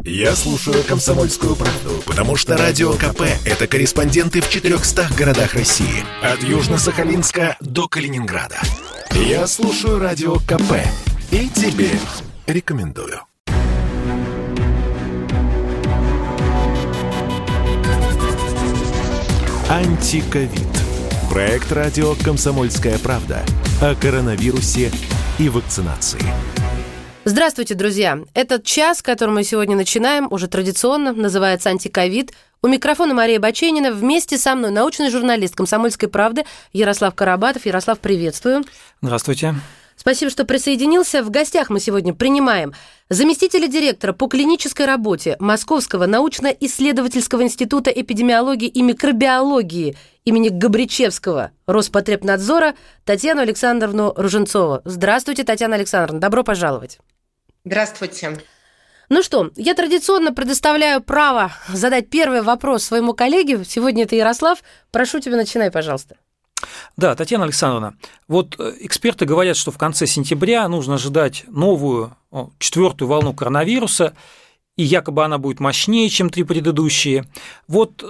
Я слушаю «Комсомольскую правду», потому что Радио КП – это корреспонденты в 400 городах России. От Южно-Сахалинска до Калининграда. Я слушаю Радио КП и тебе рекомендую. Антиковид. Проект радио «Комсомольская правда» о коронавирусе и вакцинации. Здравствуйте, друзья! Этот час, который мы сегодня начинаем, уже традиционно называется «Антиковид». У микрофона Мария Баченина. Вместе со мной научный журналист «Комсомольской правды» Ярослав Карабатов. Ярослав, приветствую. Здравствуйте. Спасибо, что присоединился. В гостях мы сегодня принимаем заместителя директора по клинической работе Московского научно-исследовательского института эпидемиологии и микробиологии имени Габричевского Роспотребнадзора Татьяну Александровну Руженцову. Здравствуйте, Татьяна Александровна. Добро пожаловать. Здравствуйте. Ну что, я традиционно предоставляю право задать первый вопрос своему коллеге. Сегодня это Ярослав. Прошу тебя, начинай, пожалуйста. Да, Татьяна Александровна, вот эксперты говорят, что в конце сентября нужно ожидать новую, 4-ю волну коронавируса, и якобы она будет мощнее, чем 3 предыдущие. Вот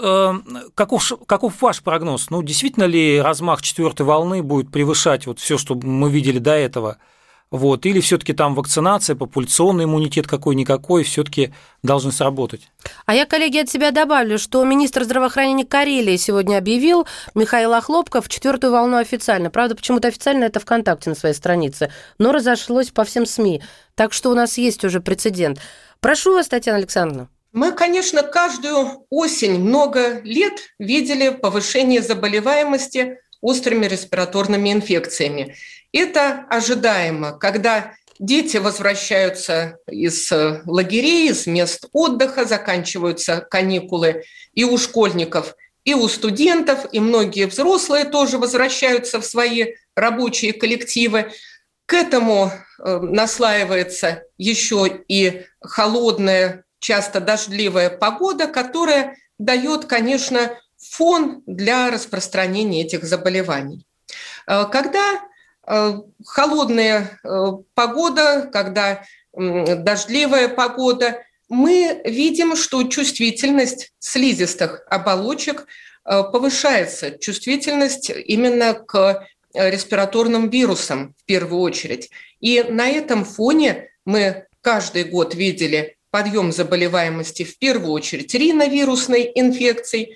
каков ваш прогноз? Ну, действительно ли размах 4-й волны будет превышать вот все, что мы видели до этого? Вот, или все-таки там вакцинация, популяционный иммунитет какой-никакой все-таки должны сработать? А я, коллеги, от себя добавлю, что министр здравоохранения Карелии сегодня объявил, Михаил Охлопков, 4-ю волну официально. Правда, почему-то официально это ВКонтакте на своей странице, но разошлось по всем СМИ. Так что у нас есть уже прецедент. Прошу вас, Татьяна Александровна. Мы, конечно, каждую осень много лет видели повышение заболеваемости острыми респираторными инфекциями. Это ожидаемо, когда дети возвращаются из лагерей, из мест отдыха, заканчиваются каникулы и у школьников, и у студентов, и многие взрослые тоже возвращаются в свои рабочие коллективы. К этому наслаивается еще и холодная, часто дождливая погода, которая дает, конечно, фон для распространения этих заболеваний. Когда холодная погода, когда дождливая погода, мы видим, что чувствительность слизистых оболочек повышается, чувствительность именно к респираторным вирусам в первую очередь. И на этом фоне мы каждый год видели подъем заболеваемости в первую очередь риновирусной инфекцией,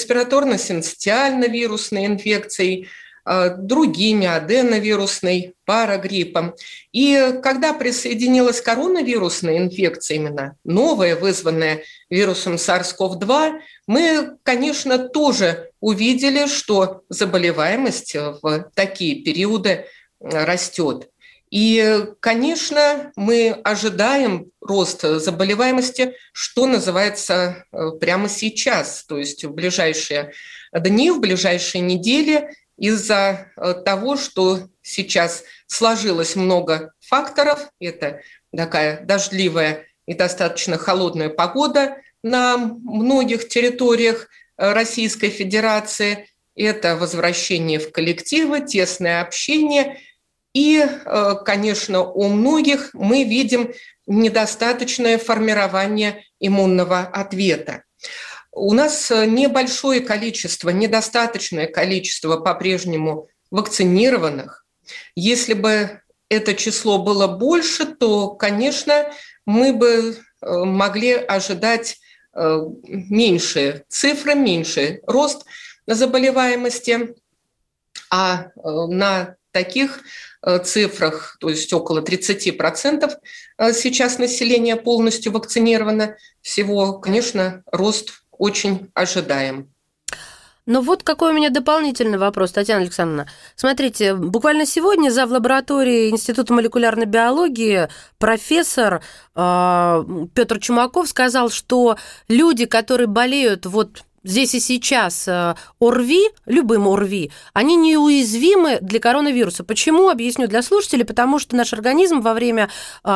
респираторно-синцитиально-вирусной инфекцией, другими аденовирусной, парагриппом. И когда присоединилась коронавирусная инфекция, именно новая, вызванная вирусом SARS-CoV-2, мы, конечно, тоже увидели, что заболеваемость в такие периоды растет. И, конечно, мы ожидаем роста заболеваемости, что называется, прямо сейчас, то есть в ближайшие дни, в ближайшие недели, из-за того, что сейчас сложилось много факторов. Это такая дождливая и достаточно холодная погода на многих территориях Российской Федерации. Это возвращение в коллективы, тесное общение. И, конечно, у многих мы видим недостаточное формирование иммунного ответа. У нас небольшое количество, недостаточное количество по-прежнему вакцинированных. Если бы это число было больше, то, конечно, мы бы могли ожидать меньшие цифры, меньший рост заболеваемости. А на таких цифрах, то есть около 30% сейчас население полностью вакцинировано, всего, конечно, рост очень ожидаем. Но вот какой у меня дополнительный вопрос, Татьяна Александровна. Смотрите, буквально сегодня зав. Лаборатории Института молекулярной биологии профессор Петр Чумаков сказал, что люди, которые болеют вот здесь и сейчас ОРВИ, любым ОРВИ, они неуязвимы для коронавируса. Почему? Объясню для слушателей. Потому что наш организм во время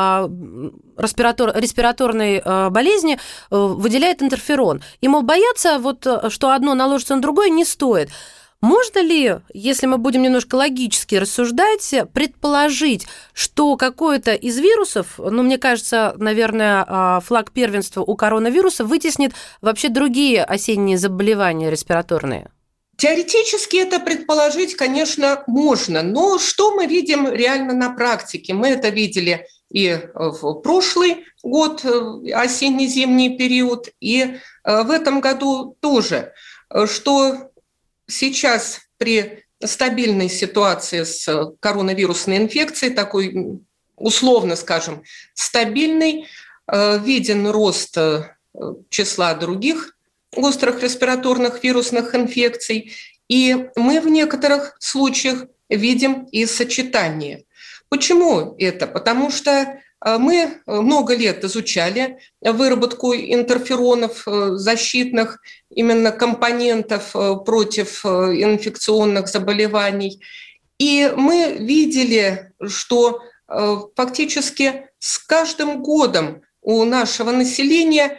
респираторной болезни выделяет интерферон. И, мол, бояться, вот, что одно наложится на другое, не стоит. Можно ли, если мы будем немножко логически рассуждать, предположить, что какой-то из вирусов, мне кажется, наверное, флаг первенства у коронавируса вытеснит вообще другие осенние заболевания респираторные? Теоретически это предположить, конечно, можно, но что мы видим реально на практике? Мы это видели и в прошлый год, осенне-зимний период, и в этом году тоже, что сейчас при стабильной ситуации с коронавирусной инфекцией, такой, условно скажем, стабильный, виден рост числа других острых респираторных вирусных инфекций, и мы в некоторых случаях видим и сочетание. Почему это? Потому что мы много лет изучали выработку интерферонов, защитных именно компонентов против инфекционных заболеваний. И мы видели, что фактически с каждым годом у нашего населения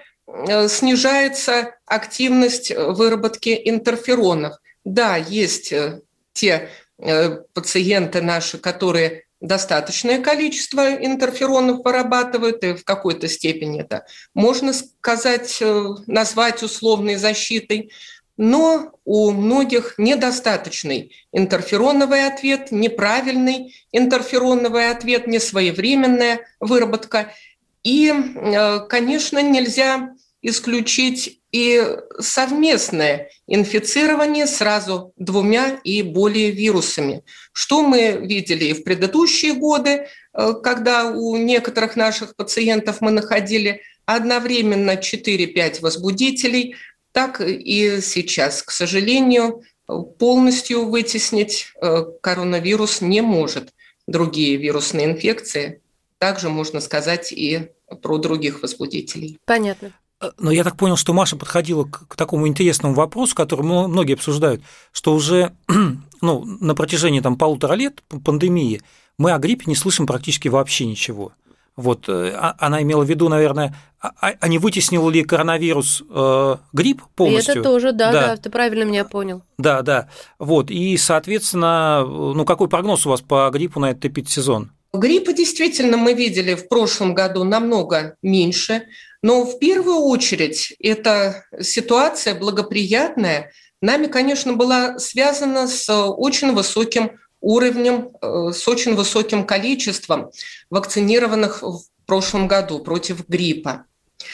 снижается активность выработки интерферонов. Да, есть те пациенты наши, которые достаточное количество интерферонов вырабатывают, и в какой-то степени это можно сказать, назвать условной защитой, но у многих недостаточный интерфероновый ответ, неправильный интерфероновый ответ, несвоевременная выработка. И, конечно, нельзя исключить и совместное инфицирование сразу 2 и более вирусами. Что мы видели и в предыдущие годы, когда у некоторых наших пациентов мы находили одновременно 4-5 возбудителей, так и сейчас, к сожалению, полностью вытеснить коронавирус не может другие вирусные инфекции. Также можно сказать и про других возбудителей. Понятно. Но я так понял, что Маша подходила к такому интересному вопросу, который многие обсуждают, что уже на протяжении 1,5 лет пандемии мы о гриппе не слышим практически вообще ничего. Вот, она имела в виду, наверное, а не вытеснил ли коронавирус грипп полностью? И это тоже, да, ты правильно меня понял. Да. Вот, и, соответственно, какой прогноз у вас по гриппу на этот эпидсезон? Гриппа действительно мы видели в прошлом году намного меньше, но в первую очередь эта ситуация благоприятная нами, конечно, была связана с очень высоким уровнем, с очень высоким количеством вакцинированных в прошлом году против гриппа.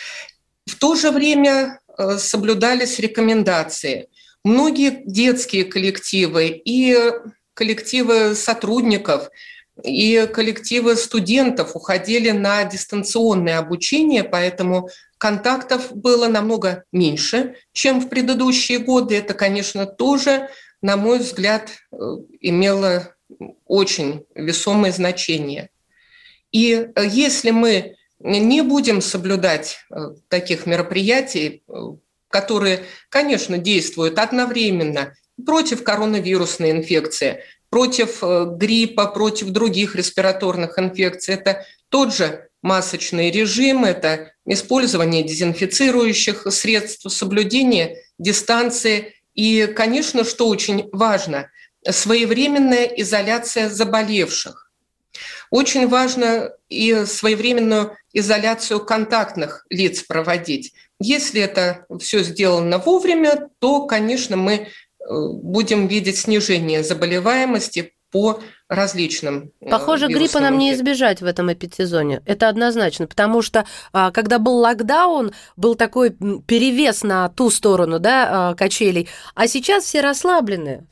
В то же время соблюдались рекомендации. Многие детские коллективы и коллективы сотрудников и коллективы студентов уходили на дистанционное обучение, поэтому контактов было намного меньше, чем в предыдущие годы. Это, конечно, тоже, на мой взгляд, имело очень весомое значение. И если мы не будем соблюдать таких мероприятий, которые, конечно, действуют одновременно против коронавирусной инфекции, против гриппа, против других респираторных инфекций. Это тот же масочный режим, это использование дезинфицирующих средств, соблюдение дистанции и, конечно, что очень важно, своевременная изоляция заболевших. Очень важно и своевременную изоляцию контактных лиц проводить. Если это все сделано вовремя, то, конечно, мы будем видеть снижение заболеваемости по различным Похоже, гриппа нам не избежать в этом эпидсезоне. Это однозначно, потому что, когда был локдаун, был такой перевес на ту сторону, качелей, а сейчас все расслаблены,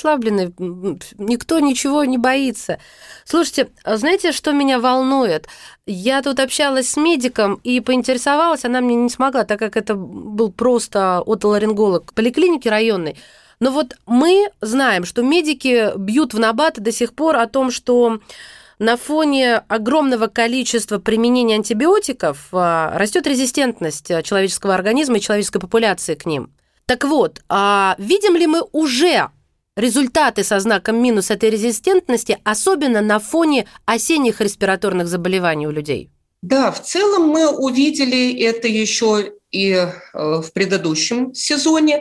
никто ничего не боится. Слушайте, знаете, что меня волнует? Я тут общалась с медиком и поинтересовалась, она мне не смогла, так как это был просто отоларинголог поликлиники районной. Но вот мы знаем, что медики бьют в набат до сих пор о том, что на фоне огромного количества применения антибиотиков растет резистентность человеческого организма и человеческой популяции к ним. Так вот, видим ли мы уже результаты со знаком минус этой резистентности, особенно на фоне осенних респираторных заболеваний у людей? Да, в целом мы увидели это еще и в предыдущем сезоне.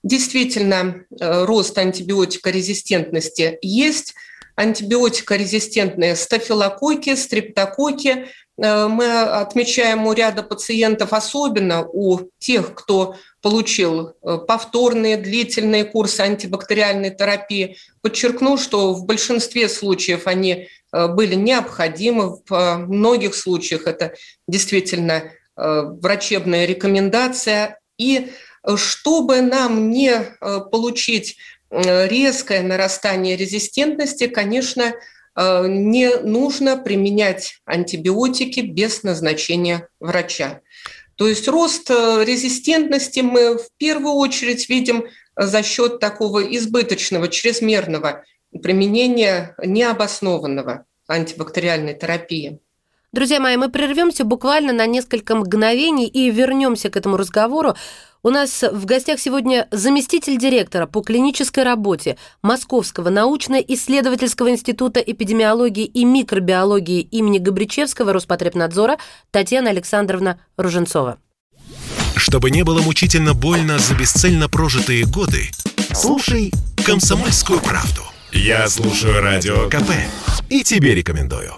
действительно рост антибиотикорезистентности есть. Антибиотикорезистентные стафилококки, стрептококки. Мы отмечаем у ряда пациентов, особенно у тех, кто получил повторные длительные курсы антибактериальной терапии. Подчеркну, что в большинстве случаев они были необходимы, в многих случаях это действительно врачебная рекомендация. И чтобы нам не получить резкое нарастание резистентности, конечно, не нужно применять антибиотики без назначения врача. То есть рост резистентности мы в первую очередь видим за счет такого избыточного, чрезмерного применения необоснованного антибактериальной терапии. Друзья мои, мы прервемся буквально на несколько мгновений и вернемся к этому разговору. У нас в гостях сегодня заместитель директора по клинической работе Московского научно-исследовательского института эпидемиологии и микробиологии имени Габричевского Роспотребнадзора Татьяна Александровна Руженцова. Чтобы не было мучительно больно за бесцельно прожитые годы, слушай «Комсомольскую правду». Я слушаю Радио КП и тебе рекомендую.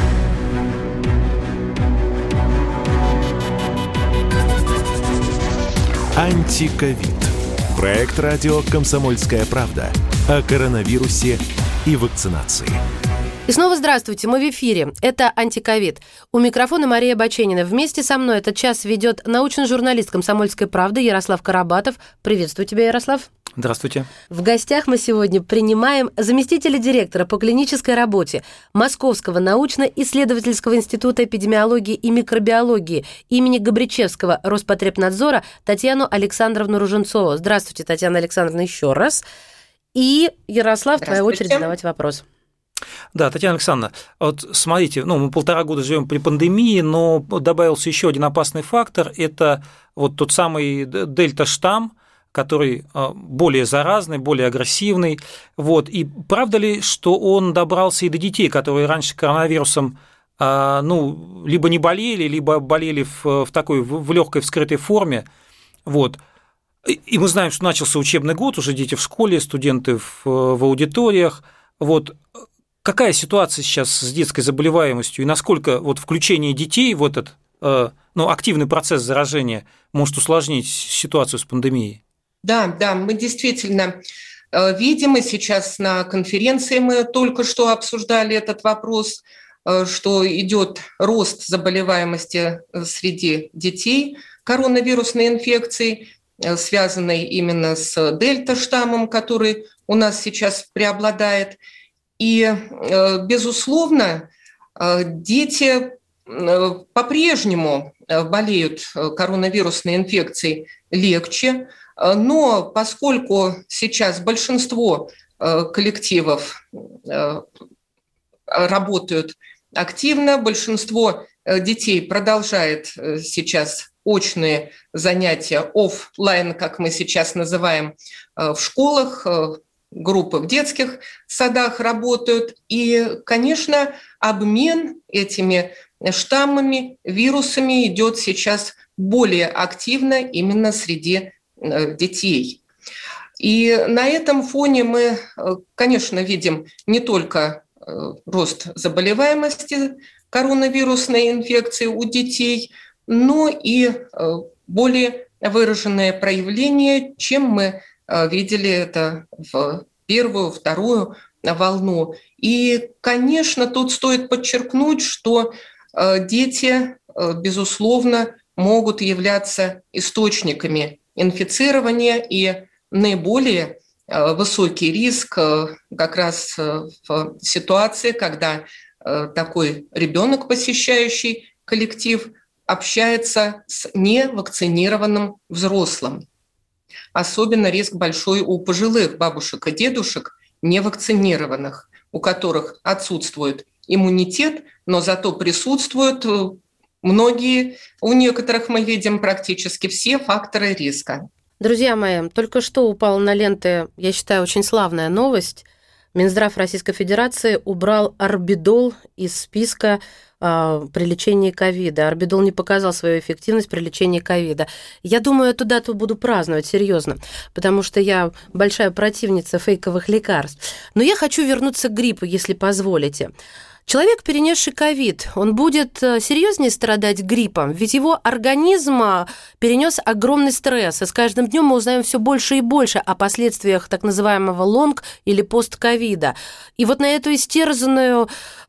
Антиковид. Проект радио «Комсомольская правда» о коронавирусе и вакцинации. И снова здравствуйте, мы в эфире. Это «Антиковид». У микрофона Мария Баченина. Вместе со мной этот час ведет научный журналист «Комсомольской правды» Ярослав Карабатов. Приветствую тебя, Ярослав. Здравствуйте. В гостях мы сегодня принимаем заместителя директора по клинической работе Московского научно-исследовательского института эпидемиологии и микробиологии имени Габричевского Роспотребнадзора Татьяну Александровну Руженцову. Здравствуйте, Татьяна Александровна, еще раз. И, Ярослав, твоя очередь задавать вопрос. Да, Татьяна Александровна, вот смотрите, мы 1,5 года живем при пандемии, но добавился еще один опасный фактор – это вот тот самый дельта-штамм, который более заразный, более агрессивный. Вот. И правда ли, что он добрался и до детей, которые раньше коронавирусом либо не болели, либо болели в такой в легкой вскрытой форме? Вот. И мы знаем, что начался учебный год, уже дети в школе, студенты в аудиториях. Вот. Какая ситуация сейчас с детской заболеваемостью и насколько вот включение детей в этот активный процесс заражения может усложнить ситуацию с пандемией? Да, мы действительно видим, и сейчас на конференции мы только что обсуждали этот вопрос, что идет рост заболеваемости среди детей коронавирусной инфекцией, связанной именно с дельта-штаммом, который у нас сейчас преобладает. И, безусловно, дети по-прежнему болеют коронавирусной инфекцией легче, но поскольку сейчас большинство коллективов работают активно, большинство детей продолжает сейчас очные занятия офлайн, как мы сейчас называем, в школах, группы в детских садах работают. И, конечно, обмен этими штаммами, вирусами идет сейчас более активно именно среди детей. И на этом фоне мы, конечно, видим не только рост заболеваемости коронавирусной инфекцией у детей, но и более выраженное проявление, чем мы видели это в первую, вторую волну. И, конечно, тут стоит подчеркнуть, что дети, безусловно, могут являться источниками инфицирования, и наиболее высокий риск как раз в ситуации, когда такой ребенок, посещающий коллектив, общается с невакцинированным взрослым. Особенно риск большой у пожилых бабушек и дедушек, невакцинированных, у которых отсутствует иммунитет, но зато присутствуют многие, у некоторых мы видим практически все факторы риска. Друзья мои, только что упала на ленты, я считаю, очень славная новость. Минздрав Российской Федерации убрал орбидол из списка при лечении ковида. Орбидол не показал свою эффективность при лечении ковида. Я думаю, эту дату буду праздновать, серьезно, потому что я большая противница фейковых лекарств. Но я хочу вернуться к гриппу, если позволите. Человек, перенесший ковид, он будет серьезнее страдать гриппом, ведь его организм перенес огромный стресс, и с каждым днем мы узнаем все больше и больше о последствиях так называемого лонг- или постковида. И вот на эту истерзанную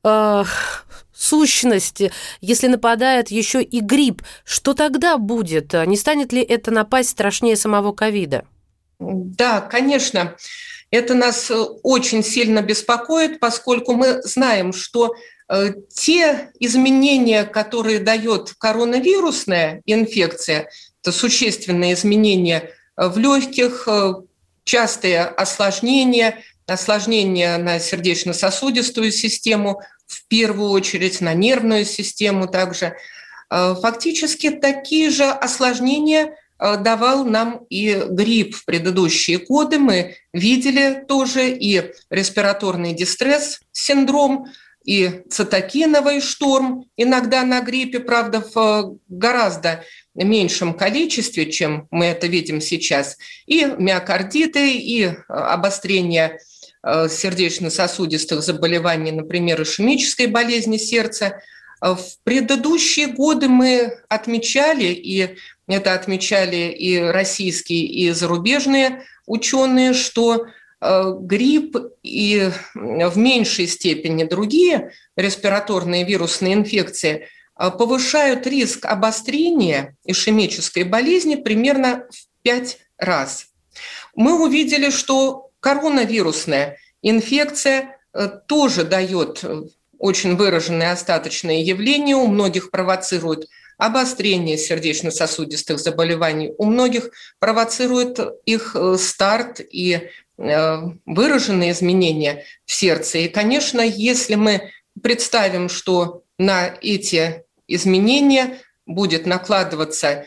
сущность, если нападает еще и грипп, что тогда будет? Не станет ли это напасть страшнее самого ковида? Да, конечно. Это нас очень сильно беспокоит, поскольку мы знаем, что те изменения, которые дает коронавирусная инфекция, это существенные изменения в легких, частые осложнения на сердечно-сосудистую систему, в первую очередь на нервную систему также. Фактически такие же осложнения давал нам и грипп в предыдущие годы. Мы видели тоже и респираторный дистресс-синдром, и цитокиновый шторм иногда на гриппе, правда, в гораздо меньшем количестве, чем мы это видим сейчас, и миокардиты, и обострение сердечно-сосудистых заболеваний, например, ишемической болезни сердца. В предыдущие годы мы отмечали, и это отмечали и российские, и зарубежные ученые, что грипп и в меньшей степени другие респираторные вирусные инфекции повышают риск обострения ишемической болезни примерно в 5 раз. Мы увидели, что коронавирусная инфекция тоже дает очень выраженные остаточные явления, у многих провоцирует обострение сердечно-сосудистых заболеваний, у многих провоцирует их старт и выраженные изменения в сердце. И, конечно, если мы представим, что на эти изменения будет накладываться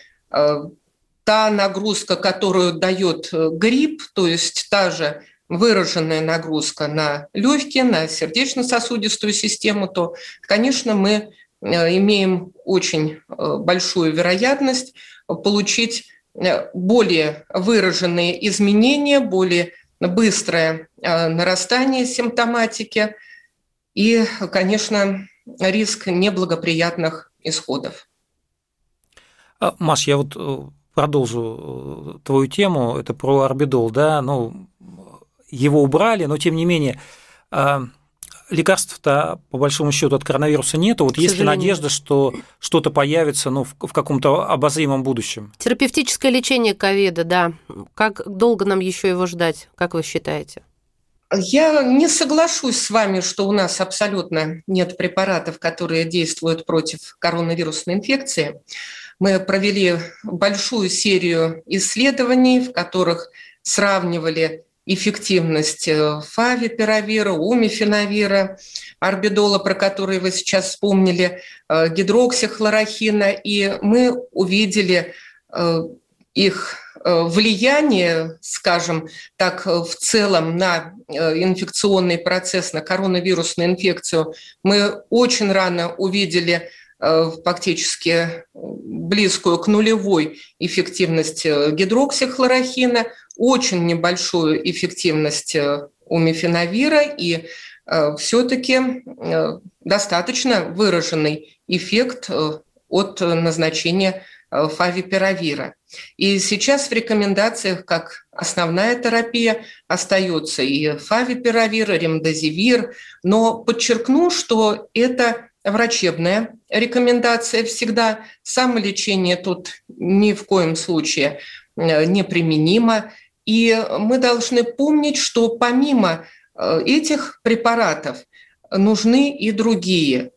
та нагрузка, которую дает грипп, то есть та же выраженная нагрузка на легкие, на сердечно-сосудистую систему, то, конечно, мы имеем очень большую вероятность получить более выраженные изменения, более быстрое нарастание симптоматики и, конечно, риск неблагоприятных исходов. Маш, я вот продолжу твою тему, это про орбидол, да, его убрали, но тем не менее лекарств-то, по большому счету, от коронавируса нету. Вот есть ли надежда, что что-то появится в каком-то обозримом будущем? Терапевтическое лечение ковида, да. Как долго нам еще его ждать, как вы считаете? Я не соглашусь с вами, что у нас абсолютно нет препаратов, которые действуют против коронавирусной инфекции. Мы провели большую серию исследований, в которых сравнивали эффективность фавипиравира, умифенавира, орбидола, про который вы сейчас вспомнили, гидроксихлорохина, и мы увидели их влияние, скажем так, в целом на инфекционный процесс, на коронавирусную инфекцию. Мы очень рано увидели фактически близкую к нулевой эффективность гидроксихлорохина, очень небольшую эффективность умифенавира и все-таки достаточно выраженный эффект от назначения фавипиравира. И сейчас в рекомендациях как основная терапия остается и фавипиравир, и ремдесивир, но подчеркну, что это врачебная рекомендация всегда. Самолечение тут ни в коем случае не применимо. И мы должны помнить, что помимо этих препаратов нужны и другие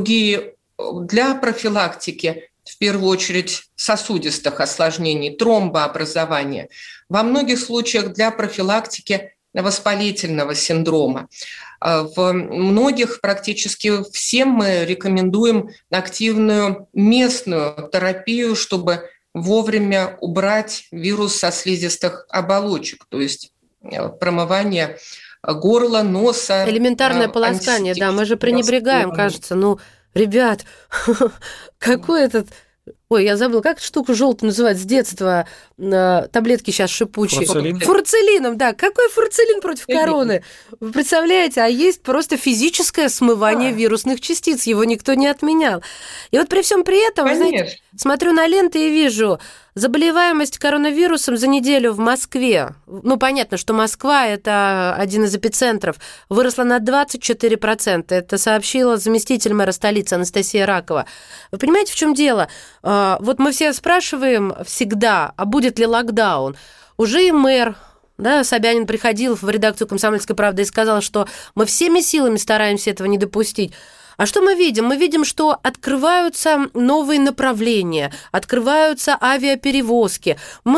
для профилактики, в первую очередь, сосудистых осложнений, тромбообразования, во многих случаях для профилактики воспалительного синдрома. В многих, практически всем мы рекомендуем активную местную терапию, чтобы вовремя убрать вирус со слизистых оболочек, то есть промывание горла, носа. Элементарное полоскание, да, мы же пренебрегаем, кажется. Ну, ребят, какой этот... Ой, я забыла, как эту штуку желтую называют с детства? Таблетки сейчас шипучие. Фурцелин? Фурцелином, да. Какой фурцелин против короны? Вы представляете, а есть просто физическое смывание вирусных частиц. Его никто не отменял. И вот при всем при этом, знаете, смотрю на ленты и вижу... Заболеваемость коронавирусом за неделю в Москве, ну, понятно, что Москва – это один из эпицентров, выросла на 24%. Это сообщила заместитель мэра столицы Анастасия Ракова. Вы понимаете, в чем дело? Вот мы все спрашиваем всегда, а будет ли локдаун? Уже и мэр, да, Собянин приходил в редакцию «Комсомольской правды» и сказал, что мы всеми силами стараемся этого не допустить. А что мы видим? Мы видим, что открываются новые направления, открываются авиаперевозки.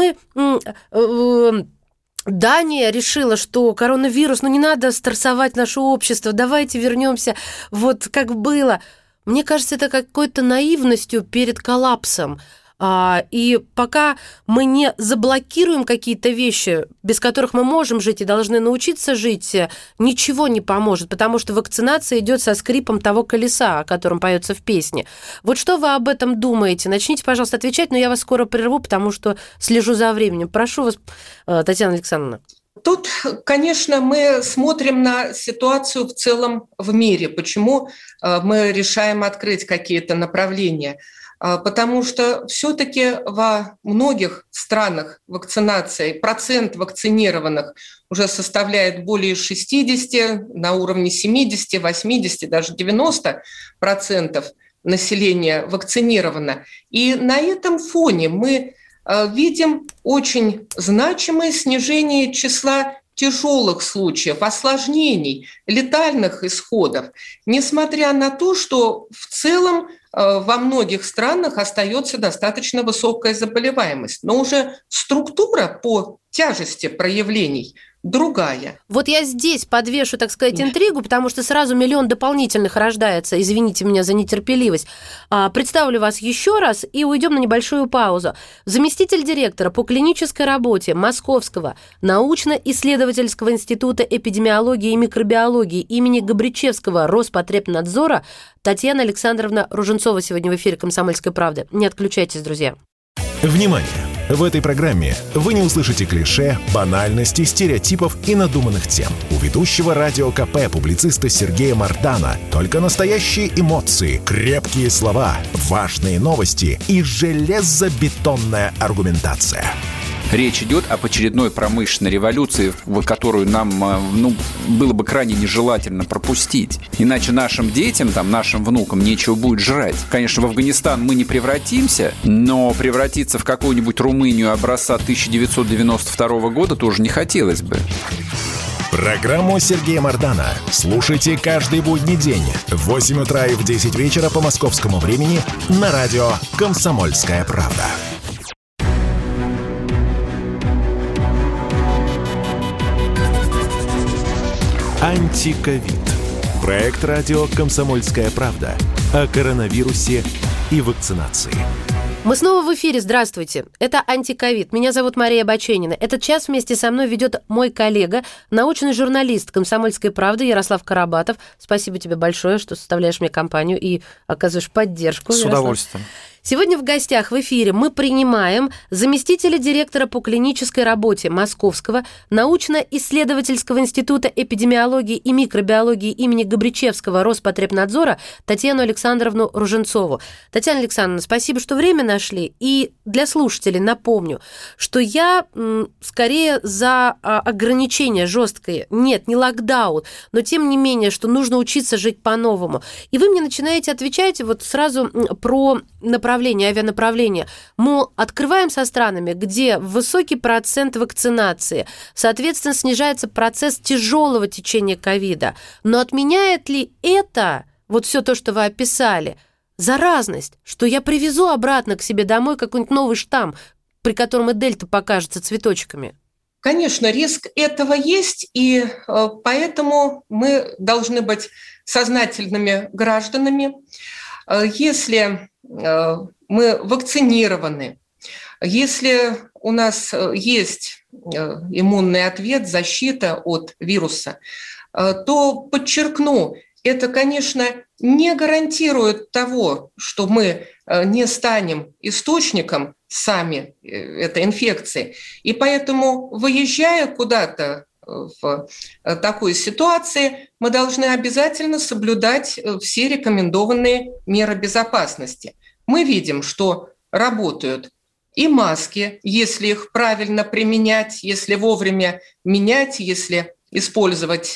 Дания решила, что коронавирус, не надо стрессовать наше общество, давайте вернемся вот как было. Мне кажется, это какой-то наивностью перед коллапсом. И пока мы не заблокируем какие-то вещи, без которых мы можем жить и должны научиться жить, ничего не поможет, потому что вакцинация идет со скрипом того колеса, о котором поется в песне. Вот что вы об этом думаете? Начните, пожалуйста, отвечать, но я вас скоро прерву, потому что слежу за временем. Прошу вас, Татьяна Александровна. Тут, конечно, мы смотрим на ситуацию в целом в мире. Почему мы решаем открыть какие-то направления? Потому что все-таки во многих странах вакцинации процент вакцинированных уже составляет более 60, на уровне 70, 80, даже 90% населения вакцинировано. И на этом фоне мы видим очень значимое снижение числа тяжелых случаев, осложнений, летальных исходов, несмотря на то, что в целом во многих странах остается достаточно высокая заболеваемость. Но уже структура по тяжести проявлений другая. Вот я здесь подвешу, так сказать, интригу, потому что сразу миллион дополнительных рождается. Извините меня за нетерпеливость. Представлю вас еще раз и уйдем на небольшую паузу. Заместитель директора по клинической работе Московского научно-исследовательского института эпидемиологии и микробиологии имени Габричевского Роспотребнадзора Татьяна Александровна Руженцова сегодня в эфире «Комсомольской правды». Не отключайтесь, друзья. Внимание! В этой программе вы не услышите клише, банальностей, стереотипов и надуманных тем. У ведущего радио КП публициста Сергея Мардана только настоящие эмоции, крепкие слова, важные новости и железобетонная аргументация. Речь идет об очередной промышленной революции, которую нам было бы крайне нежелательно пропустить. Иначе нашим детям, нашим внукам нечего будет жрать. Конечно, в Афганистан мы не превратимся, но превратиться в какую-нибудь Румынию образца 1992 года тоже не хотелось бы. Программу Сергея Мардана слушайте каждый будний день в 8 утра и в 10 вечера по московскому времени на радио «Комсомольская правда». Антиковид. Проект радио «Комсомольская правда» о коронавирусе и вакцинации. Мы снова в эфире. Здравствуйте. Это «Антиковид». Меня зовут Мария Баченина. Этот час вместе со мной ведет мой коллега, научный журналист «Комсомольской правды» Ярослав Карабатов. Спасибо тебе большое, что составляешь мне компанию и оказываешь поддержку. С удовольствием. Сегодня в гостях в эфире мы принимаем заместителя директора по клинической работе Московского научно-исследовательского института эпидемиологии и микробиологии имени Габричевского Роспотребнадзора Татьяну Александровну Руженцову. Татьяна Александровна, спасибо, что время нашли. И для слушателей напомню, что я скорее за ограничения жесткие. Нет, не локдаун, но тем не менее, что нужно учиться жить по-новому. И вы мне начинаете отвечать вот сразу про авианаправление. Мол, открываем со странами, где высокий процент вакцинации, соответственно, снижается процесс тяжелого течения ковида. Но отменяет ли это, вот все то, что вы описали, заразность, что я привезу обратно к себе домой какой-нибудь новый штамм, при котором и дельта покажется цветочками? Конечно, риск этого есть, и поэтому мы должны быть сознательными гражданами. Если мы вакцинированы Если у нас есть иммунный ответ, защита от вируса, то, подчеркну, это, конечно, не гарантирует того, что мы не станем источником сами этой инфекции. И поэтому, выезжая куда-то в такой ситуации, мы должны обязательно соблюдать все рекомендованные меры безопасности. Мы видим, что работают и маски, если их правильно применять, если вовремя менять, если использовать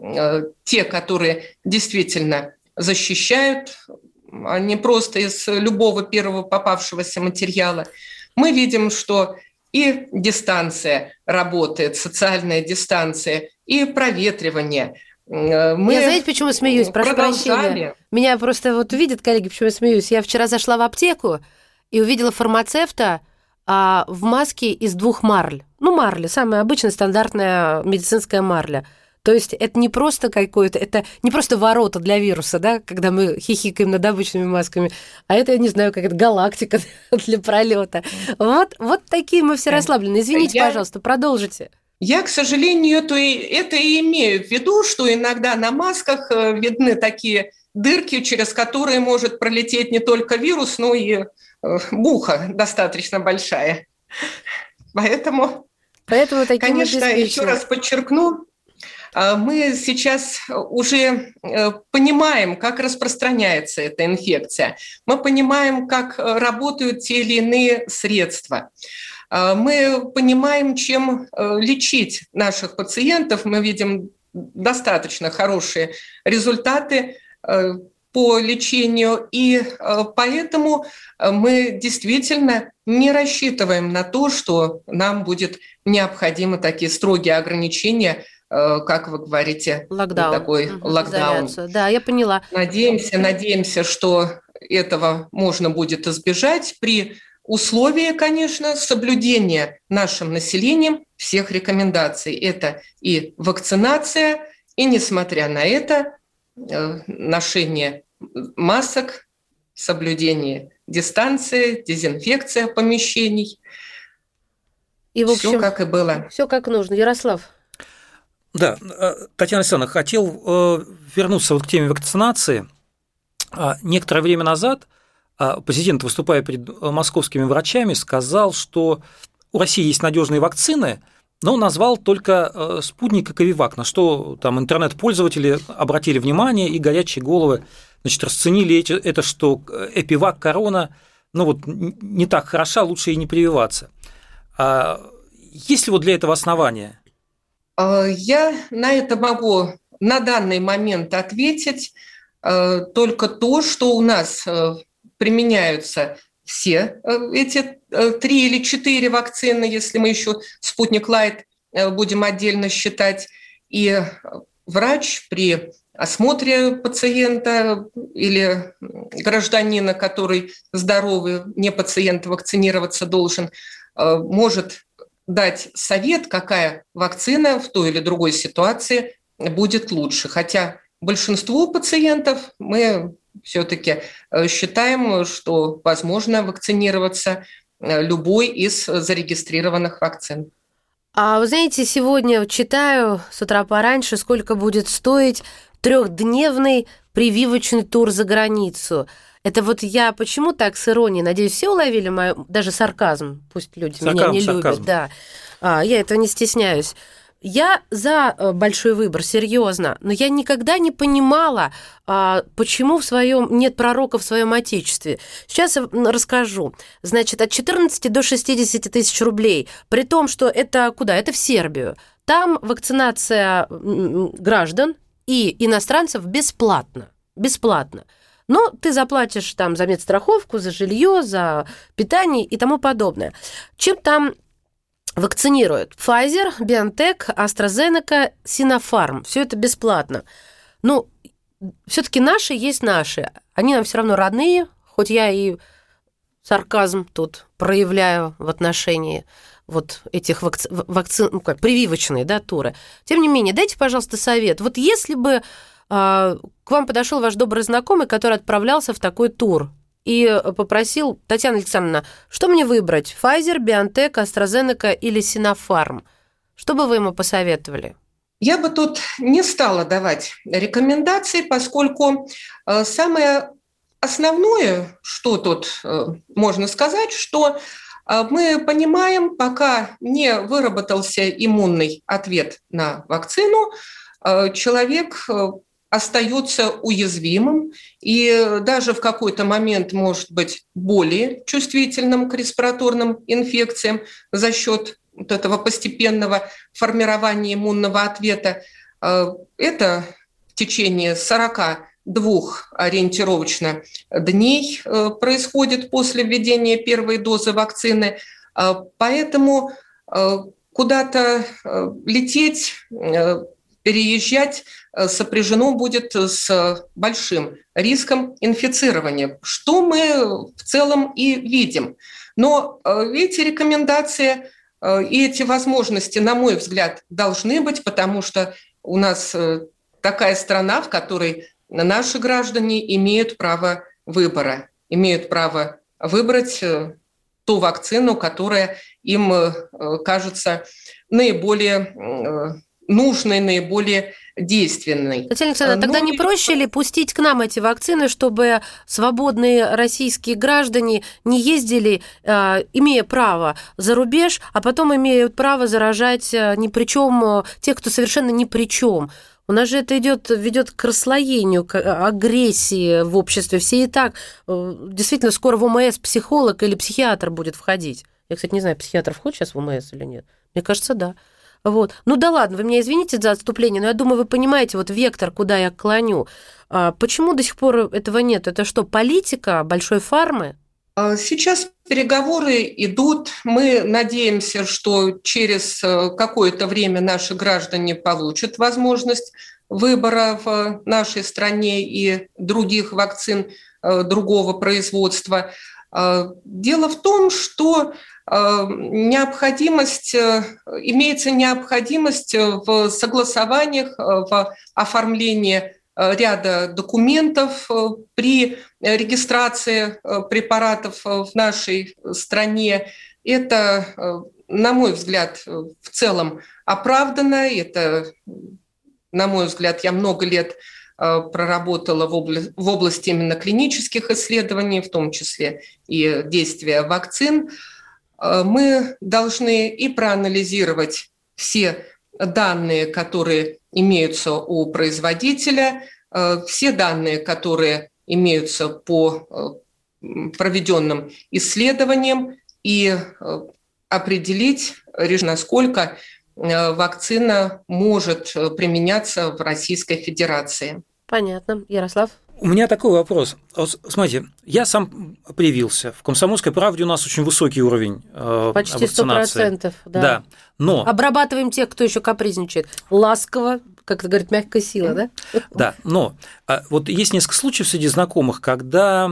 те, которые действительно защищают, а не просто из любого первого попавшегося материала. Мы видим, что и дистанция работает, социальная дистанция, и проветривание. Я, знаете, почему смеюсь? Прошу прощения. Меня просто вот видят коллеги, почему я смеюсь. Я вчера зашла в аптеку и увидела фармацевта в маске из 2 марль. Ну, марля, самая обычная стандартная медицинская марля. То есть это не просто какое-то, это не просто ворота для вируса, да, когда мы хихикаем над обычными масками, а это, я не знаю, какая-то галактика для пролета. Вот такие мы все расслаблены. Извините, пожалуйста, продолжите. Я, к сожалению, это и имею в виду, что иногда на масках видны такие дырки, через которые может пролететь не только вирус, но и муха достаточно большая. Поэтому конечно, еще раз подчеркну, мы сейчас уже понимаем, как распространяется эта инфекция. Мы понимаем, как работают те или иные средства. Мы понимаем, чем лечить наших пациентов. Мы видим достаточно хорошие результаты по лечению, и поэтому мы действительно не рассчитываем на то, что нам будет необходимы такие строгие ограничения, как вы говорите, такой локдаун. Изоляция. Да, я поняла. Надеемся, что этого можно будет избежать при условии, конечно, соблюдения нашим населением всех рекомендаций. Это и вакцинация, и, несмотря на это, ношение масок, соблюдение дистанции, дезинфекция помещений. И, в общем, все как и было. Все как нужно. Ярослав. Да, Татьяна Александровна, хотел вернуться вот к теме вакцинации. Некоторое время назад президент, выступая перед московскими врачами, сказал, что у России есть надежные вакцины, но назвал только «Спутник» и «Ковивак», на что там интернет-пользователи обратили внимание и горячие головы, значит, расценили это, что «Эпивак», «Корона», ну вот не так хороша, лучше и не прививаться. Есть ли вот для этого основания? Я на это могу на данный момент ответить только то, что у нас применяются все эти 3 или 4 вакцины, если мы еще «Спутник Лайт» будем отдельно считать, и врач при осмотре пациента или гражданина, который здоровый, не пациент, вакцинироваться должен, может дать совет, какая вакцина в той или другой ситуации будет лучше. Хотя большинству пациентов мы все-таки считаем, что возможно вакцинироваться любой из зарегистрированных вакцин. А вы знаете, сегодня читаю с утра пораньше, сколько будет стоить 3-дневный прививочный тур за границу. Это вот я почему так с иронией, надеюсь, все уловили мою, даже сарказм, пусть люди меня не любят, да. Я этого не стесняюсь. Я за большой выбор, серьезно, но я никогда не понимала, почему нет пророка в своем отечестве. Сейчас расскажу. Значит, от 14 до 60 тысяч рублей, при том, что это куда? Это в Сербию. Там вакцинация граждан и иностранцев бесплатно. Бесплатно. Но ты заплатишь там за медстраховку, за жилье, за питание и тому подобное. Чем там вакцинируют? Pfizer, BioNTech, AstraZeneca, Sinopharm. Все это бесплатно. Ну, все-таки наши есть наши. Они нам все равно родные, хоть я и сарказм тут проявляю в отношении вот этих вакцин, прививочные, да, туры. Тем не менее, дайте, пожалуйста, совет. Вот если бы к вам подошел ваш добрый знакомый, который отправлялся в такой тур, и попросил: Татьяна Александровна, что мне выбрать, Pfizer, BioNTech, AstraZeneca или Sinopharm? Что бы вы ему посоветовали? Я бы тут не стала давать рекомендаций, поскольку самое основное, что тут можно сказать, что мы понимаем, пока не выработался иммунный ответ на вакцину, человек остается уязвимым и даже в какой-то момент может быть более чувствительным к респираторным инфекциям за счет вот этого постепенного формирования иммунного ответа. Это в течение 42 ориентировочно дней происходит после введения первой дозы вакцины. Поэтому куда-то лететь, переезжать сопряжено будет с большим риском инфицирования, что мы в целом и видим. Но эти рекомендации и эти возможности, на мой взгляд, должны быть, потому что у нас такая страна, в которой наши граждане имеют право выбора, имеют право выбрать ту вакцину, которая им кажется наиболее нужной, наиболее действенной. Татьяна Александровна, тогда не проще ли пустить к нам эти вакцины, чтобы свободные российские граждане не ездили, имея право, за рубеж, а потом имеют право заражать ни при чем тех, кто совершенно ни при чем? У нас же это ведет к расслоению, к агрессии в обществе. Все и так, действительно, скоро в ОМС психолог или психиатр будет входить. Я, кстати, не знаю, психиатр входит сейчас в ОМС или нет. Мне кажется, да. Вот. Ну да ладно, вы меня извините за отступление, но я думаю, вы понимаете вот вектор, куда я клоню. Почему до сих пор этого нет? Это что, политика большой фармы? Сейчас переговоры идут. Мы надеемся, что через какое-то время наши граждане получат возможность выбора в нашей стране и других вакцин другого производства. Дело в том, что имеется необходимость в согласованиях, в оформлении ряда документов при регистрации препаратов в нашей стране. Это, на мой взгляд, в целом оправдано. Это, на мой взгляд, я много лет проработала в области именно клинических исследований, в том числе и действия вакцин. Мы должны и проанализировать все данные, которые имеются у производителя, все данные, которые имеются по проведенным исследованиям, и определить, насколько вакцина может применяться в Российской Федерации. Понятно. Ярослав? У меня такой вопрос. Вот, смотрите, я сам привился. В «Комсомольской правде» у нас очень высокий уровень почти вакцинации. 100%, да. Да, но... Обрабатываем тех, кто еще капризничает. Ласково, как это говорит, мягкая сила, да? Да, но вот есть несколько случаев среди знакомых, когда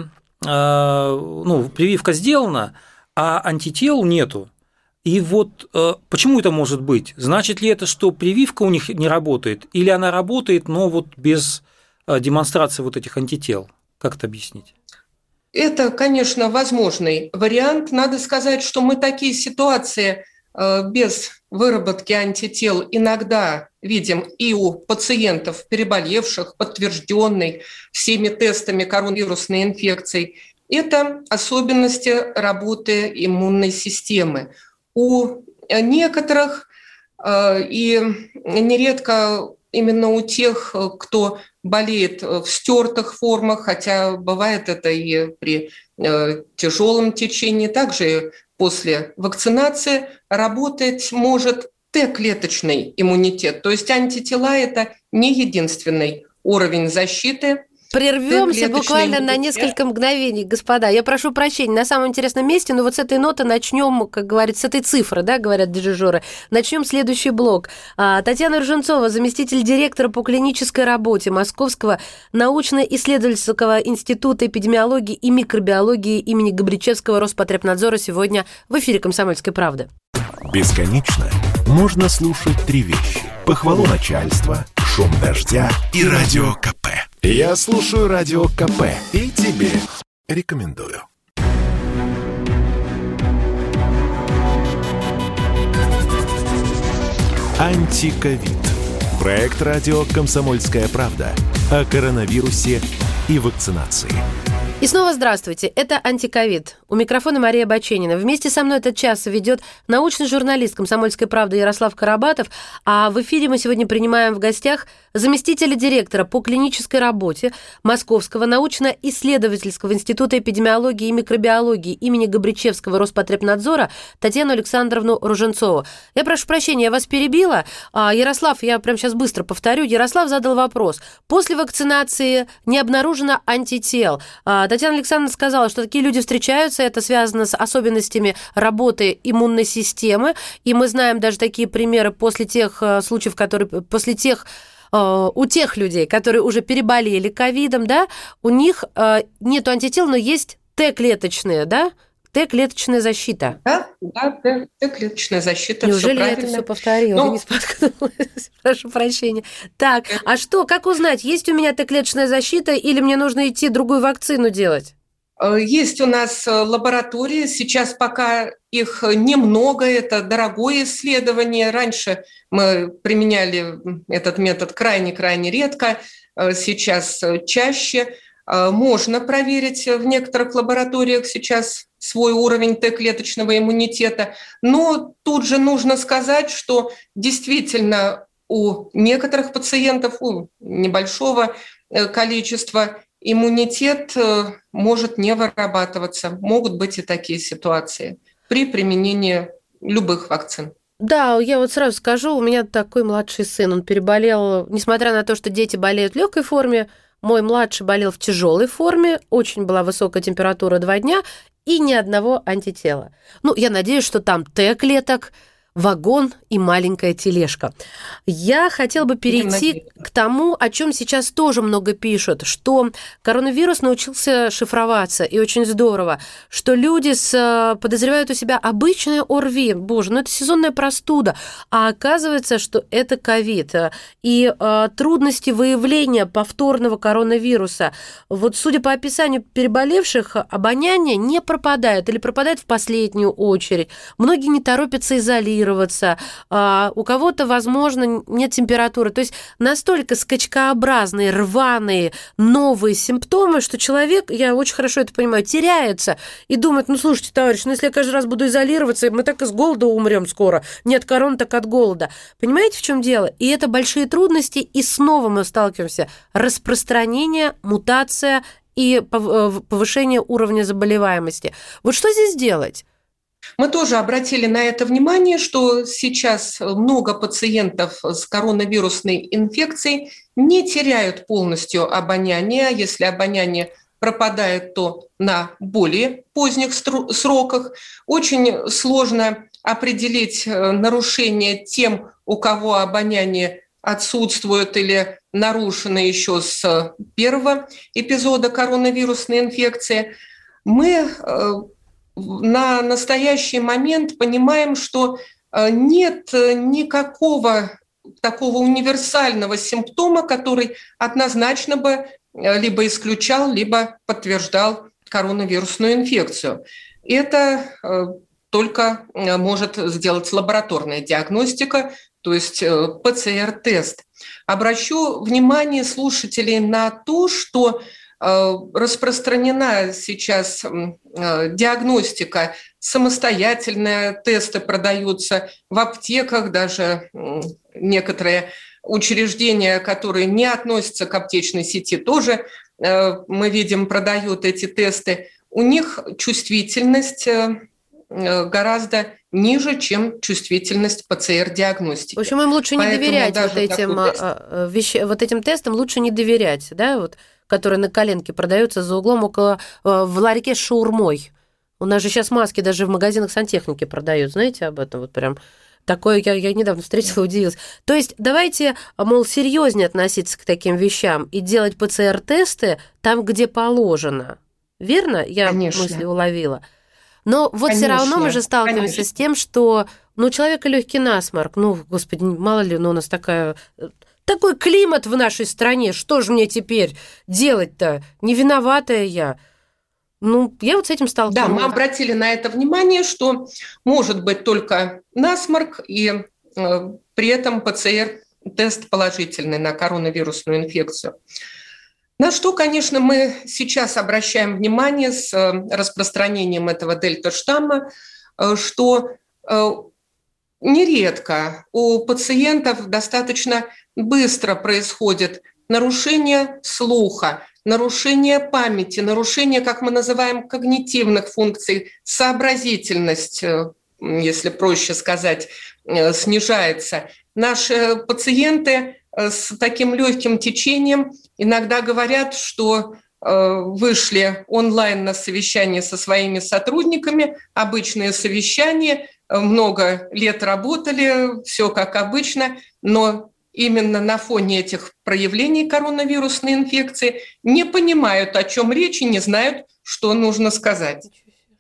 прививка сделана, а антител нету. И вот почему это может быть? Значит ли это, что прививка у них не работает, или она работает, но вот без демонстрации вот этих антител? Как это объяснить? Это, конечно, возможный вариант. Надо сказать, что мы такие ситуации без выработки антител иногда видим и у пациентов, переболевших, подтвержденной всеми тестами коронавирусной инфекции. Это особенности работы иммунной системы. У некоторых и нередко именно у тех, кто болеет в стертых формах, хотя бывает это и при тяжелом течении, также после вакцинации работать может Т-клеточный иммунитет. То есть антитела – это не единственный уровень защиты. Прервемся буквально на несколько мгновений, господа. Я прошу прощения, на самом интересном месте, но вот с этой ноты начнем, как говорится, с этой цифры, да, говорят дирижеры. Начнем следующий блок. Татьяна Рженцова, заместитель директора по клинической работе Московского научно-исследовательского института эпидемиологии и микробиологии имени Габричевского Роспотребнадзора, сегодня в эфире «Комсомольской правды». Бесконечно можно слушать три вещи: похвалу начальства, шум дождя и радио КП. Я слушаю радио КП и тебе рекомендую. Антиковид. Проект радио «Комсомольская правда» о коронавирусе и вакцинации. И снова здравствуйте, это «Антиковид». У микрофона Мария Баченина. Вместе со мной этот час ведет научный журналист «Комсомольской правды» Ярослав Карабатов. А в эфире мы сегодня принимаем в гостях заместителя директора по клинической работе Московского научно-исследовательского института эпидемиологии и микробиологии имени Габричевского Роспотребнадзора Татьяну Александровну Руженцову. Я прошу прощения, я вас перебила. Ярослав, я прямо сейчас быстро повторю. Ярослав задал вопрос. После вакцинации не обнаружено антител. Татьяна Александровна сказала, что такие люди встречаются, это связано с особенностями работы иммунной системы, и мы знаем даже такие примеры после тех случаев, у тех людей, которые уже переболели ковидом, да, у них нету антител, но есть Т-клеточные, да? Т-клеточная защита. Да, Т-клеточная защита. Неужели я это все повторила? Я не споткнулась. Прошу прощения. Так, а что, как узнать, есть у меня Т-клеточная защита или мне нужно идти другую вакцину делать? Есть у нас лаборатории, сейчас пока их немного, это дорогое исследование. Раньше мы применяли этот метод крайне-крайне редко, сейчас чаще. Можно проверить в некоторых лабораториях сейчас свой уровень Т-клеточного иммунитета, но тут же нужно сказать, что действительно у некоторых пациентов, у небольшого количества, иммунитет может не вырабатываться. Могут быть и такие ситуации при применении любых вакцин. Да, я вот сразу скажу, у меня такой младший сын, он переболел, несмотря на то, что дети болеют в легкой форме, мой младший болел в тяжелой форме, очень была высокая температура 2 дня и ни одного антитела. Я надеюсь, что там Т-клеток, вагон и маленькая тележка. Я хотела бы перейти к тому, о чем сейчас тоже много пишут, что коронавирус научился шифроваться, и очень здорово, что люди подозревают у себя обычное ОРВИ. Боже, это сезонная простуда, а оказывается, что это ковид. И трудности выявления повторного коронавируса. Вот судя по описанию переболевших, обоняние не пропадает или пропадает в последнюю очередь. Многие не торопятся изолироваться. У кого-то, возможно, нет температуры. То есть настолько скачкообразные, рваные, новые симптомы, что человек, я очень хорошо это понимаю, теряется и думает, слушайте, товарищ, если я каждый раз буду изолироваться, мы так и с голода умрем скоро. Не от короны, так от голода. Понимаете, в чем дело? И это большие трудности, и снова мы сталкиваемся. Распространение, мутация и повышение уровня заболеваемости. Вот что здесь делать? Мы тоже обратили на это внимание, что сейчас много пациентов с коронавирусной инфекцией не теряют полностью обоняние. Если обоняние пропадает, то на более поздних сроках. Очень сложно определить нарушение тем, у кого обоняние отсутствует или нарушено еще с первого эпизода коронавирусной инфекции. Мы на настоящий момент понимаем, что нет никакого такого универсального симптома, который однозначно бы либо исключал, либо подтверждал коронавирусную инфекцию. Это только может сделать лабораторная диагностика, то есть ПЦР-тест. Обращу внимание слушателей на то, что распространена сейчас диагностика, самостоятельные тесты продаются в аптеках, даже некоторые учреждения, которые не относятся к аптечной сети, тоже, мы видим, продают эти тесты. У них чувствительность гораздо ниже, чем чувствительность ПЦР-диагностики. В общем, им лучше не доверять вот этим тестам, лучше не доверять, да, вот, которые на коленке продаются за углом в ларьке с шаурмой. У нас же сейчас маски даже в магазинах сантехники продают, знаете об этом? Вот прям такое я недавно встретила, удивилась. То есть давайте, серьезнее относиться к таким вещам и делать ПЦР-тесты там, где положено. Верно? Я мысли уловила. Но вот все равно мы же сталкиваемся с тем, что у человека легкий насморк. Господи, мало ли, у нас такой климат в нашей стране. Что же мне теперь делать-то? Не виноватая я. Я вот с этим сталкивалась. Да, мы обратили на это внимание, что может быть только насморк, и при этом ПЦР-тест положительный на коронавирусную инфекцию. На что, конечно, мы сейчас обращаем внимание с распространением этого дельта-штамма, что нередко у пациентов достаточно быстро происходит нарушение слуха, нарушение памяти, нарушение, как мы называем, когнитивных функций, сообразительность, если проще сказать, снижается. Наши пациенты с таким легким течением иногда говорят, что вышли онлайн на совещание со своими сотрудниками, обычное совещание, много лет работали, все как обычно, но именно на фоне этих проявлений коронавирусной инфекции не понимают, о чем речь, и не знают, что нужно сказать.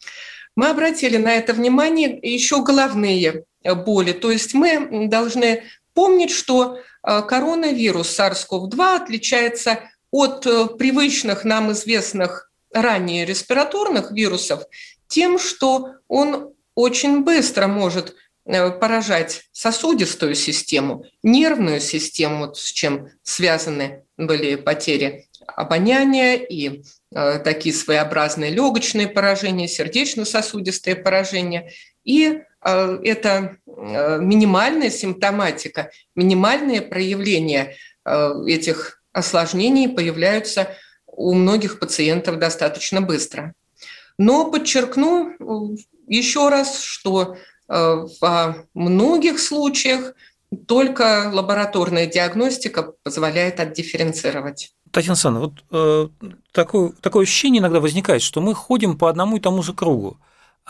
Мы обратили на это внимание еще головные боли. То есть мы должны помнить, что коронавирус SARS-CoV-2 отличается от привычных нам известных ранее респираторных вирусов тем, что он очень быстро может поражать сосудистую систему, нервную систему, с чем связаны были потери обоняния и такие своеобразные легочные поражения, сердечно-сосудистые поражения. И это минимальная симптоматика, минимальные проявления этих осложнений появляются у многих пациентов достаточно быстро. Но подчеркну еще раз, что во многих случаях только лабораторная диагностика позволяет отдифференцировать. Татьяна Александровна, вот такое ощущение иногда возникает, что мы ходим по одному и тому же кругу.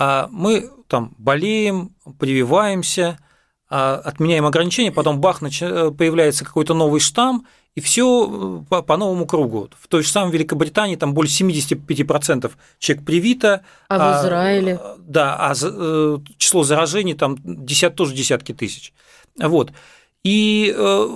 Мы там болеем, прививаемся, отменяем ограничения, потом бах, появляется какой-то новый штамм, и все по новому кругу. В той же самой Великобритании там более 75% человек привито. А в Израиле? Да, число заражений там тоже десятки тысяч. Вот. И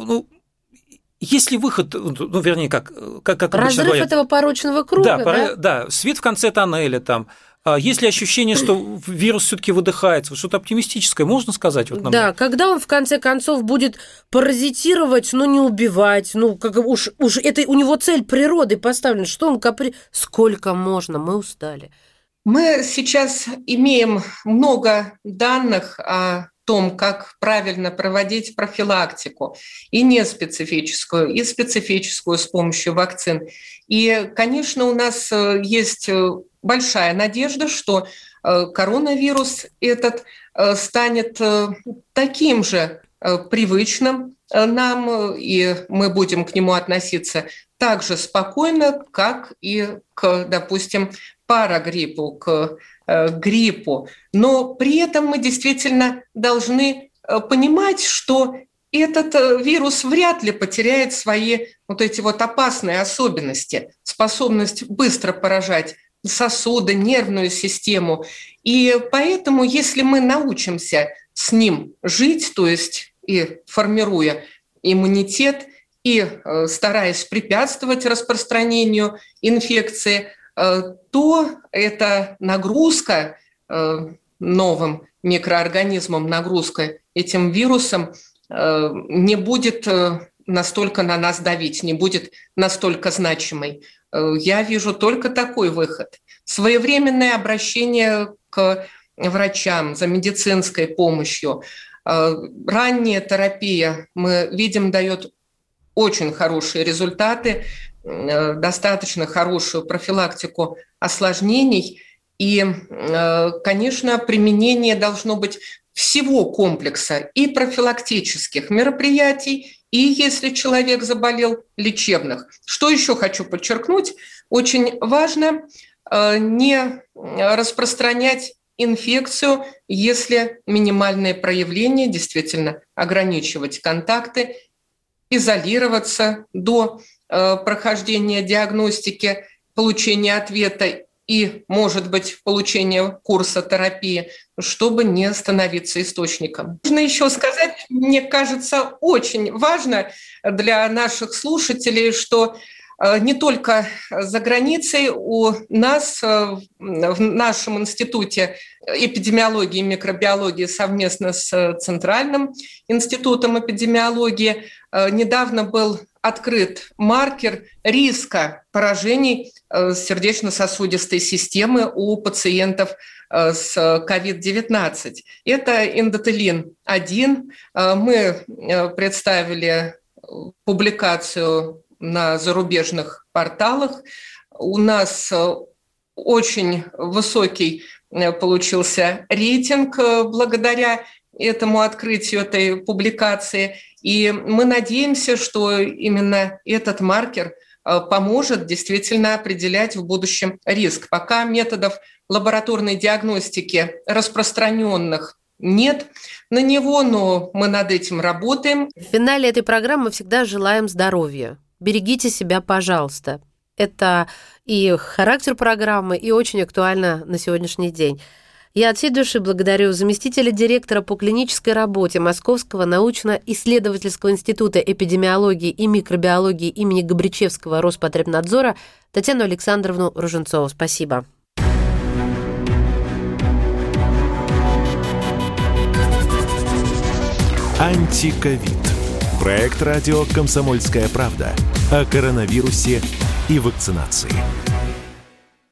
есть ли выход, вернее, как обычно разрыв говорят, этого порочного круга, да, свет в конце тоннеля там. Есть ли ощущение, что вирус все-таки выдыхается? Что-то оптимистическое можно сказать? Да, когда он в конце концов будет паразитировать, но не убивать, уж это у него цель природы поставлена, что он сколько можно, мы устали. Мы сейчас имеем много данных о том, как правильно проводить профилактику, и неспецифическую, и специфическую с помощью вакцин. И, конечно, у нас есть большая надежда, что коронавирус этот станет таким же привычным нам, и мы будем к нему относиться так же спокойно, как и к, допустим, парагриппу, к гриппу. Но при этом мы действительно должны понимать, что этот вирус вряд ли потеряет свои эти опасные особенности, способность быстро поражать сосуды, нервную систему. И поэтому, если мы научимся с ним жить, то есть и формируя иммунитет, и стараясь препятствовать распространению инфекции, то эта нагрузка новым микроорганизмом, нагрузка этим вирусом не будет настолько на нас давить, не будет настолько значимой. Я вижу только такой выход. Своевременное обращение к врачам за медицинской помощью. Ранняя терапия, мы видим, дает очень хорошие результаты, достаточно хорошую профилактику осложнений. И, конечно, применение должно быть всего комплекса и профилактических мероприятий, и, если человек заболел, лечебных. Что еще хочу подчеркнуть? Очень важно не распространять инфекцию, если минимальные проявления, действительно ограничивать контакты, изолироваться до прохождения диагностики, получения ответа и, может быть, получения курса терапии, чтобы не становиться источником. Нужно еще сказать, мне кажется, очень важно для наших слушателей, что не только за границей. У нас в нашем институте эпидемиологии и микробиологии совместно с Центральным институтом эпидемиологии недавно был открыт маркер риска поражений сердечно-сосудистой системы у пациентов с COVID-19. Это эндотелин-1. Мы представили публикацию на зарубежных порталах. У нас очень высокий получился рейтинг благодаря этому открытию этой публикации. И мы надеемся, что именно этот маркер поможет действительно определять в будущем риск. Пока методов лабораторной диагностики распространенных нет на него, но мы над этим работаем. В финале этой программы мы всегда желаем здоровья. Берегите себя, пожалуйста. Это и характер программы, и очень актуально на сегодняшний день. Я от всей души благодарю заместителя директора по клинической работе Московского научно-исследовательского института эпидемиологии и микробиологии имени Габричевского Роспотребнадзора Татьяну Александровну Руженцову. Спасибо. Антиковид. Проект радио «Комсомольская правда» о коронавирусе и вакцинации.